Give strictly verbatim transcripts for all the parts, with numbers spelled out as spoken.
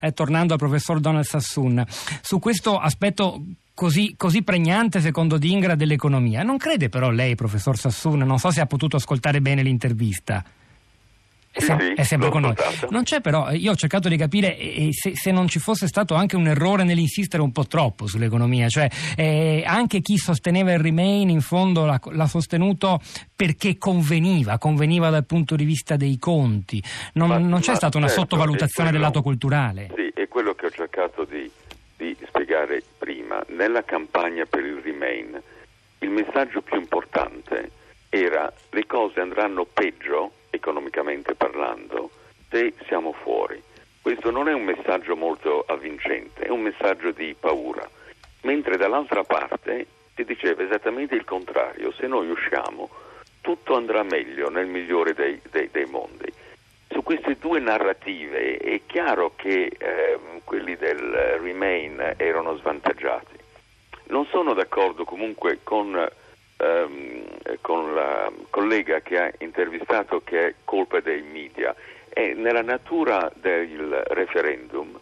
Eh, tornando al professor Donald Sassoon, su questo aspetto così, così pregnante, secondo Dingra, dell'economia, non crede però lei, professor Sassoon, non so se ha potuto ascoltare bene l'intervista, è, sì, sem- sì, è sempre con noi. Ascoltato. Non c'è però, io ho cercato di capire eh, se, se non ci fosse stato anche un errore nell'insistere un po' troppo sull'economia, cioè eh, anche chi sosteneva il Remain in fondo l'ha, l'ha sostenuto perché conveniva, conveniva dal punto di vista dei conti, non, ma, non c'è ma stata una certo, sottovalutazione quello, del lato culturale. Sì, è quello che ho cercato di, di spiegare prima. Nella campagna per il Remain il messaggio più importante era: le cose andranno peggio economicamente parlando se siamo fuori. Questo non è un messaggio molto avvincente, è un messaggio di paura, mentre dall'altra parte si diceva esattamente il contrario: se noi usciamo tutto andrà meglio nel migliore dei, dei, dei mondi. Su queste due narrative è chiaro che eh, quelli del Remain erano svantaggiati. Non sono d'accordo comunque con Um, con la collega che ha intervistato che è colpa dei media. E nella natura del referendum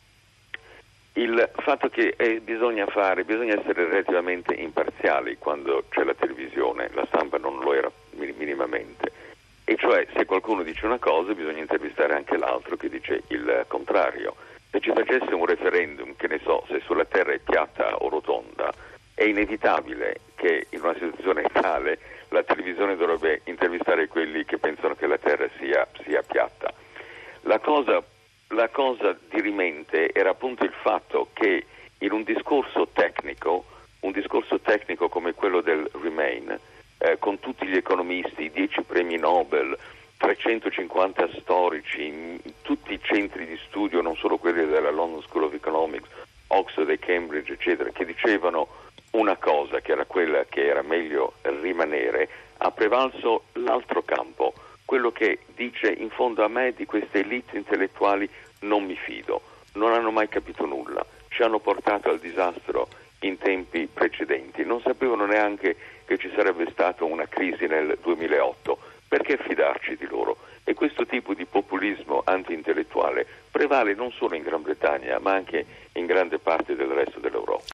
il fatto che eh, bisogna fare, bisogna essere relativamente imparziali quando c'è la televisione, la stampa non lo era minimamente, e cioè se qualcuno dice una cosa bisogna intervistare anche l'altro che dice il contrario. Se ci facesse un referendum, che ne so, se sulla Terra è piatta o rotonda, è inevitabile che in una situazione tale la televisione dovrebbe intervistare quelli che pensano che la Terra sia, sia piatta. La cosa, la cosa dirimente era appunto il fatto che in un discorso tecnico, un discorso tecnico come quello del Remain, eh, con tutti gli economisti, dieci premi Nobel, trecentocinquanta storici, tutti i centri di studio, non solo quelli della London School of Economics, Oxford e Cambridge, eccetera, che dicevano una cosa, che era quella che era meglio rimanere, ha prevalso l'altro campo, quello che dice: in fondo a me di queste elite intellettuali non mi fido, non hanno mai capito nulla, ci hanno portato al disastro in tempi precedenti, non sapevano neanche che ci sarebbe stata una crisi nel duemilaotto, perché fidarci di loro? E questo tipo di populismo anti-intellettuale prevale non solo in Gran Bretagna ma anche in grande parte del resto dell'Europa.